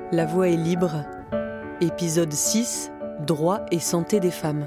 La voix est libre. Épisode 6, droit et santé des femmes.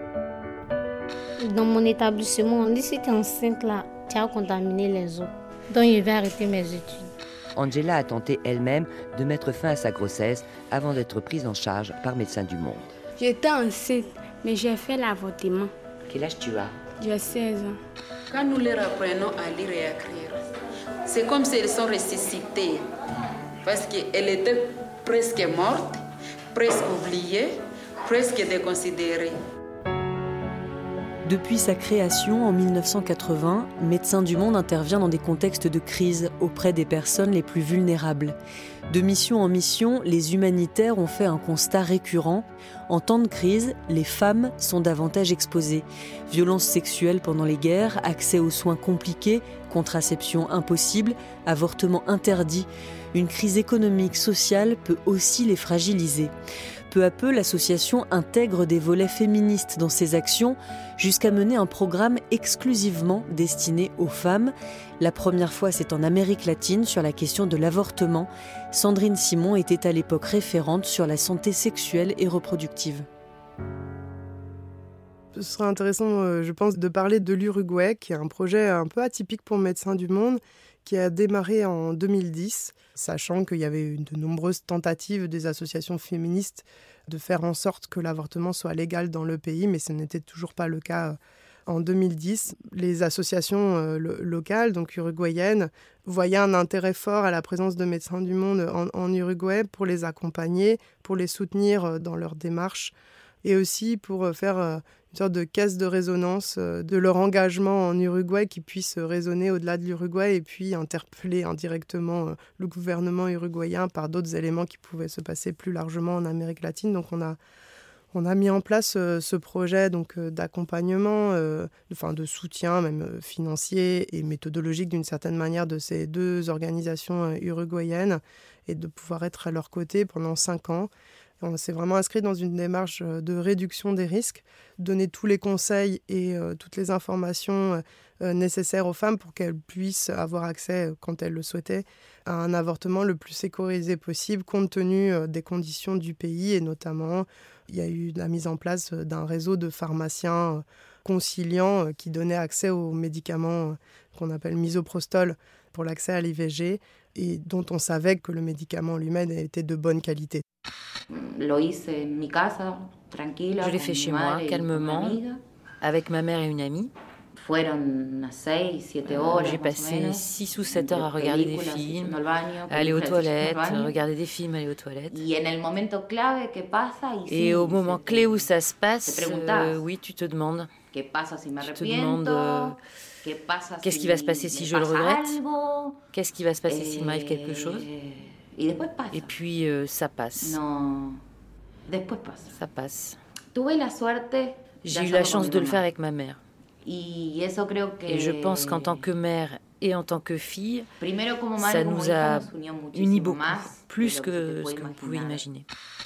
Dans mon établissement, on dit que si tu es enceinte, là, tu as contaminé les autres. Donc je vais arrêter mes études. Angela a tenté elle-même de mettre fin à sa grossesse avant d'être prise en charge par Médecins du Monde. J'étais enceinte, mais j'ai fait l'avortement. Quel âge tu as ? J'ai 16 ans. Quand nous leur apprenons à lire et à écrire, c'est comme si elles sont ressuscitées. Parce qu'elles étaient presque mortes, presque oubliées, presque déconsidérées. Depuis sa création en 1980, Médecins du Monde intervient dans des contextes de crise auprès des personnes les plus vulnérables. De mission en mission, les humanitaires ont fait un constat récurrent. En temps de crise, les femmes sont davantage exposées. Violences sexuelles pendant les guerres, accès aux soins compliqués, contraception impossible, avortement interdit. Une crise économique, sociale peut aussi les fragiliser. Peu à peu, l'association intègre des volets féministes dans ses actions, jusqu'à mener un programme exclusivement destiné aux femmes. La première fois, c'est en Amérique latine sur la question de l'avortement. Sandrine Simon était à l'époque référente sur la santé sexuelle et reproductive. Ce serait intéressant, je pense, de parler de l'Uruguay, qui est un projet un peu atypique pour Médecins du Monde, qui a démarré en 2010, sachant qu'il y avait eu de nombreuses tentatives des associations féministes de faire en sorte que l'avortement soit légal dans le pays, mais ce n'était toujours pas le cas en 2010. Les associations locales, donc uruguayennes, voyaient un intérêt fort à la présence de Médecins du Monde en Uruguay pour les accompagner, pour les soutenir dans leur démarche, et aussi pour faire une sorte de caisse de résonance de leur engagement en Uruguay qui puisse résonner au-delà de l'Uruguay et puis interpeller indirectement le gouvernement uruguayen par d'autres éléments qui pouvaient se passer plus largement en Amérique latine. Donc on a mis en place ce projet d'accompagnement, de soutien même financier et méthodologique d'une certaine manière de ces deux organisations uruguayennes et de pouvoir être à leur côté pendant 5 ans. On s'est vraiment inscrit dans une démarche de réduction des risques, donner tous les conseils et toutes les informations nécessaires aux femmes pour qu'elles puissent avoir accès, quand elles le souhaitaient, à un avortement le plus sécurisé possible, compte tenu des conditions du pays. Et notamment, il y a eu la mise en place d'un réseau de pharmaciens conciliants qui donnait accès aux médicaments qu'on appelle misoprostol pour l'accès à l'IVG et dont on savait que le médicament lui-même était de bonne qualité. Je l'ai fait chez moi, calmement, avec ma mère et une amie. J'ai passé 6 ou 7 heures à regarder des films, à aller aux toilettes, regarder des films, aller aux toilettes. Et au moment clé où ça se passe, oui, tu te demandes. Qu'est-ce qui va se passer si je le regrette ? Qu'est-ce qui va se passer s'il m'arrive quelque chose ? Et puis ça passe. Ça passe. J'ai eu la chance de le faire avec ma mère. Et je pense qu'en tant que mère et en tant que fille, ça nous a unis beaucoup, plus que ce que vous pouvez imaginer.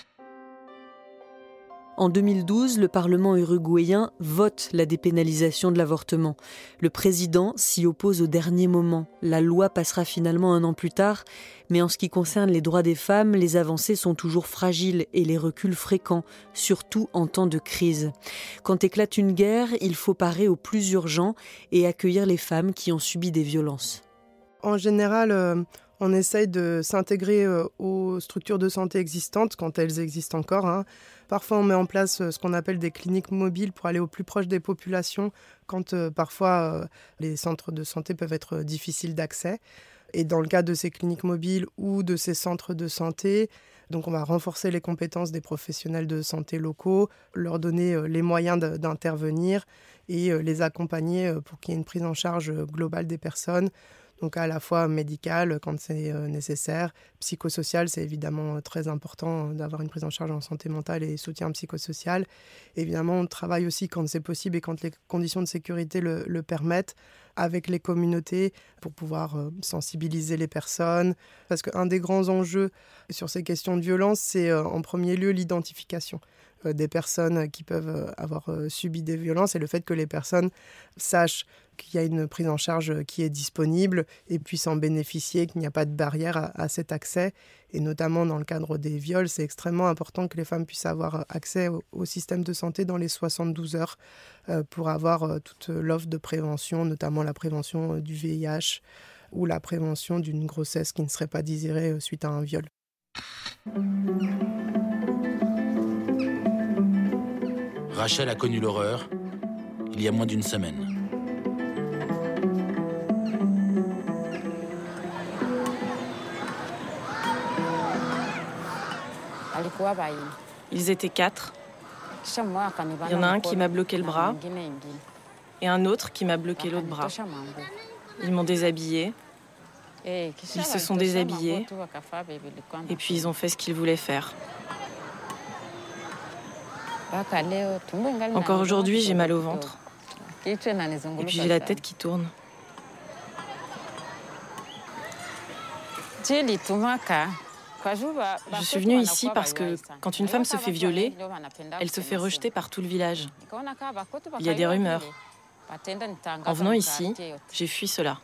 En 2012, le Parlement uruguayen vote la dépénalisation de l'avortement. Le président s'y oppose au dernier moment. La loi passera finalement 1 an plus tard, mais en ce qui concerne les droits des femmes, les avancées sont toujours fragiles et les reculs fréquents, surtout en temps de crise. Quand éclate une guerre, il faut parer au plus urgent et accueillir les femmes qui ont subi des violences. En général, on essaye de s'intégrer aux structures de santé existantes, quand elles existent encore. Parfois, on met en place ce qu'on appelle des cliniques mobiles pour aller au plus proche des populations, quand parfois les centres de santé peuvent être difficiles d'accès. Et dans le cas de ces cliniques mobiles ou de ces centres de santé, donc on va renforcer les compétences des professionnels de santé locaux, leur donner les moyens d'intervenir et les accompagner pour qu'il y ait une prise en charge globale des personnes. Donc à la fois médicale quand c'est nécessaire, psychosocial, c'est évidemment très important d'avoir une prise en charge en santé mentale et soutien psychosocial. Évidemment, on travaille aussi quand c'est possible et quand les conditions de sécurité le permettent, avec les communautés pour pouvoir sensibiliser les personnes. Parce qu'un des grands enjeux sur ces questions de violence, c'est en premier lieu l'identification. des personnes qui peuvent avoir subi des violences et le fait que les personnes sachent qu'il y a une prise en charge qui est disponible et puissent en bénéficier, qu'il n'y a pas de barrière à cet accès. Et notamment dans le cadre des viols, c'est extrêmement important que les femmes puissent avoir accès au système de santé dans les 72 heures pour avoir toute l'offre de prévention, notamment la prévention du VIH ou la prévention d'une grossesse qui ne serait pas désirée suite à un viol. Rachel a connu l'horreur il y a moins d'une semaine. Ils étaient 4. Il y en a un qui m'a bloqué le bras et un autre qui m'a bloqué l'autre bras. Ils m'ont déshabillée. Ils se sont déshabillés et puis ils ont fait ce qu'ils voulaient faire. Encore aujourd'hui, j'ai mal au ventre. Et puis j'ai la tête qui tourne. Je suis venue ici parce que quand une femme se fait violer, elle se fait rejeter par tout le village. Il y a des rumeurs. En venant ici, j'ai fui cela.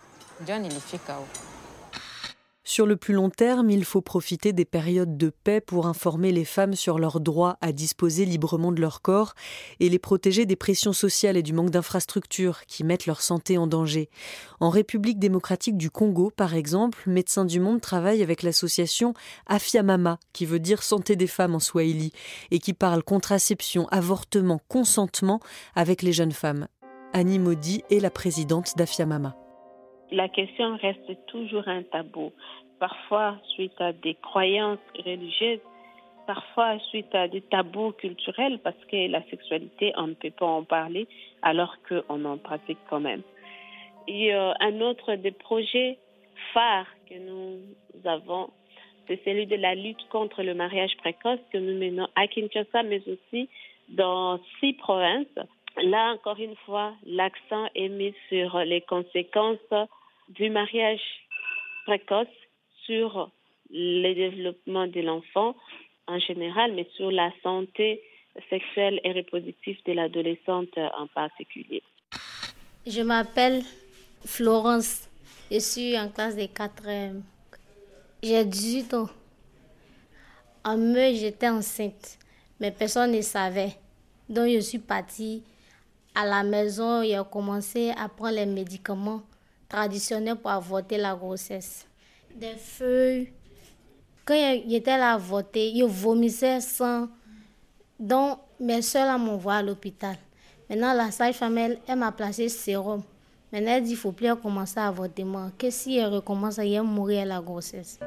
Sur le plus long terme, il faut profiter des périodes de paix pour informer les femmes sur leur droit à disposer librement de leur corps et les protéger des pressions sociales et du manque d'infrastructures qui mettent leur santé en danger. En République démocratique du Congo, par exemple, Médecins du Monde travaille avec l'association Afya Mama, qui veut dire santé des femmes en swahili, et qui parle contraception, avortement, consentement avec les jeunes femmes. Annie Modi est la présidente d'Afya Mama. La question reste toujours un tabou, parfois suite à des croyances religieuses, parfois suite à des tabous culturels, parce que la sexualité, on ne peut pas en parler alors qu'on en pratique quand même. Et un autre des projets phares que nous avons, c'est celui de la lutte contre le mariage précoce que nous menons à Kinshasa, mais aussi dans 6 provinces. Là, encore une fois, l'accent est mis sur les conséquences du mariage précoce sur le développement de l'enfant en général, mais sur la santé sexuelle et reproductive de l'adolescente en particulier. Je m'appelle Florence. Je suis en classe de 4e. J'ai 18 ans. En mai, j'étais enceinte, mais personne ne savait. Donc, je suis partie à la maison et j'ai commencé à prendre les médicaments traditionnels pour avorter la grossesse. Des feuilles. Quand j'étais là à avorter, je vomissais sang. Donc, mes soeurs m'ont envoyé à l'hôpital. Maintenant, la sage-femme, elle m'a placé sérum. Maintenant, elle dit qu'il ne faut plus recommencer à avortement. Que si elle recommence, elle va mourir à la grossesse.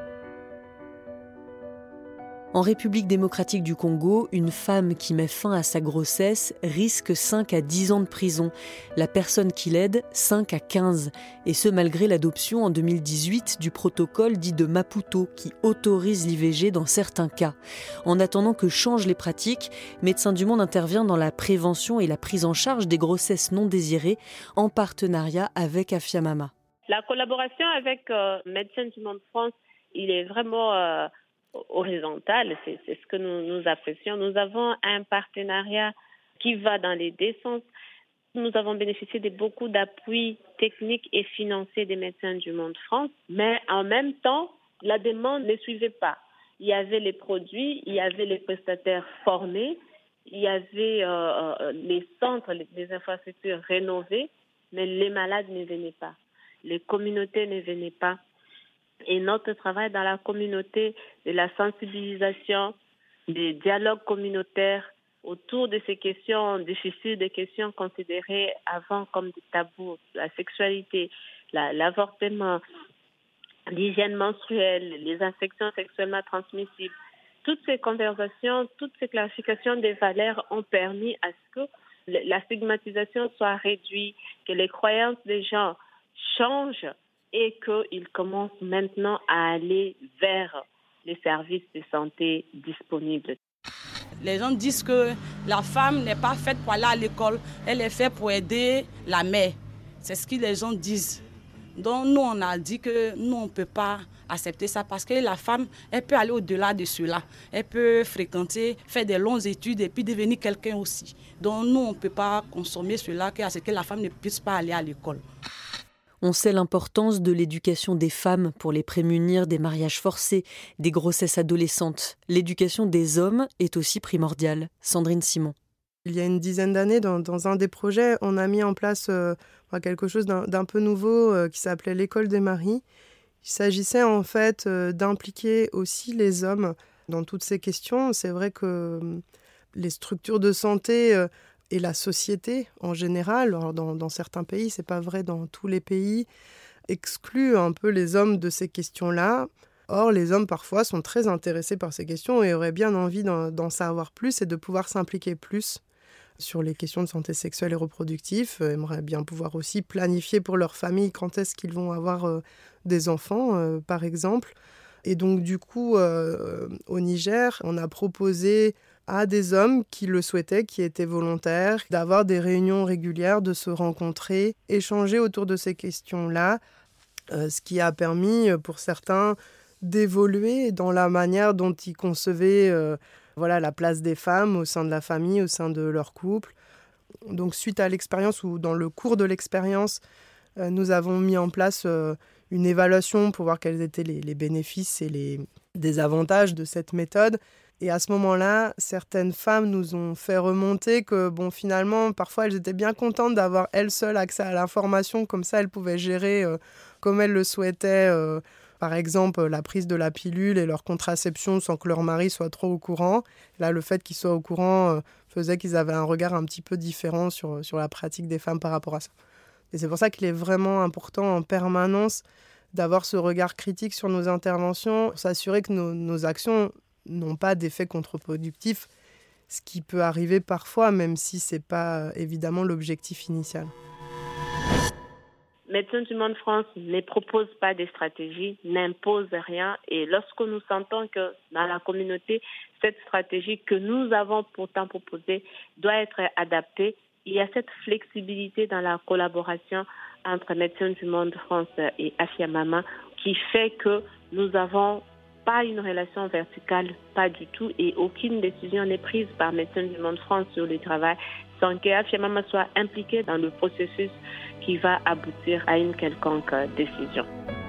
En République démocratique du Congo, une femme qui met fin à sa grossesse risque 5 à 10 ans de prison. La personne qui l'aide, 5 à 15. Et ce, malgré l'adoption en 2018 du protocole dit de Maputo qui autorise l'IVG dans certains cas. En attendant que changent les pratiques, Médecins du Monde intervient dans la prévention et la prise en charge des grossesses non désirées en partenariat avec Afya Mama. La collaboration avec Médecins du Monde France, il est vraiment horizontale, c'est ce que nous apprécions. Nous avons un partenariat qui va dans les deux sens. Nous avons bénéficié de beaucoup d'appuis techniques et financiers des Médecins du Monde France, mais en même temps, la demande ne suivait pas. Il y avait les produits, il y avait les prestataires formés, il y avait les centres, les infrastructures rénovées, mais les malades ne venaient pas. Les communautés ne venaient pas. Et notre travail dans la communauté, de la sensibilisation, des dialogues communautaires autour de ces questions difficiles, des questions considérées avant comme des tabous, la sexualité, l'avortement, l'hygiène menstruelle, les infections sexuellement transmissibles. Toutes ces conversations, toutes ces clarifications des valeurs ont permis à ce que la stigmatisation soit réduite, que les croyances des gens changent et qu'ils commencent maintenant à aller vers les services de santé disponibles. Les gens disent que la femme n'est pas faite pour aller à l'école, elle est faite pour aider la mère. C'est ce que les gens disent. Donc nous, on a dit que nous, on ne peut pas accepter ça parce que la femme, elle peut aller au-delà de cela. Elle peut fréquenter, faire des longues études et puis devenir quelqu'un aussi. Donc nous, on ne peut pas consommer cela à ce que la femme ne puisse pas aller à l'école. On sait l'importance de l'éducation des femmes pour les prémunir des mariages forcés, des grossesses adolescentes. L'éducation des hommes est aussi primordiale. Sandrine Simon. Il y a une dizaine d'années, dans un des projets, on a mis en place quelque chose d'un peu nouveau qui s'appelait l'école des maris. Il s'agissait en fait d'impliquer aussi les hommes dans toutes ces questions. C'est vrai que les structures de santé et la société en général, alors dans certains pays, c'est pas vrai dans tous les pays, excluent un peu les hommes de ces questions-là. Or, les hommes parfois sont très intéressés par ces questions et auraient bien envie d'en savoir plus et de pouvoir s'impliquer plus sur les questions de santé sexuelle et reproductive, aimeraient bien pouvoir aussi planifier pour leur famille quand est-ce qu'ils vont avoir des enfants, par exemple. Et donc, du coup, au Niger, on a proposé à des hommes qui le souhaitaient, qui étaient volontaires, d'avoir des réunions régulières, de se rencontrer, échanger autour de ces questions-là, ce qui a permis pour certains d'évoluer dans la manière dont ils concevaient la place des femmes au sein de la famille, au sein de leur couple. Donc suite à l'expérience ou dans le cours de l'expérience, nous avons mis en place une évaluation pour voir quels étaient les bénéfices et les désavantages de cette méthode. Et à ce moment-là, certaines femmes nous ont fait remonter que, finalement, parfois, elles étaient bien contentes d'avoir elles seules accès à l'information. Comme ça, elles pouvaient gérer comme elles le souhaitaient, par exemple, la prise de la pilule et leur contraception sans que leur mari soit trop au courant. Là, le fait qu'ils soient au courant faisait qu'ils avaient un regard un petit peu différent sur la pratique des femmes par rapport à ça. Et c'est pour ça qu'il est vraiment important en permanence d'avoir ce regard critique sur nos interventions, pour s'assurer que nos actions n'ont pas d'effet contre-productif, ce qui peut arriver parfois, même si ce n'est pas évidemment l'objectif initial. Médecins du Monde France ne propose pas de stratégie, n'impose rien. Et lorsque nous sentons que dans la communauté, cette stratégie que nous avons pourtant proposée doit être adaptée, il y a cette flexibilité dans la collaboration entre Médecins du Monde France et Afiamama qui fait que nous n'avons pas une relation verticale, pas du tout, et aucune décision n'est prise par Médecins du Monde France sur le travail sans que Afiamama soit impliqué dans le processus qui va aboutir à une quelconque décision.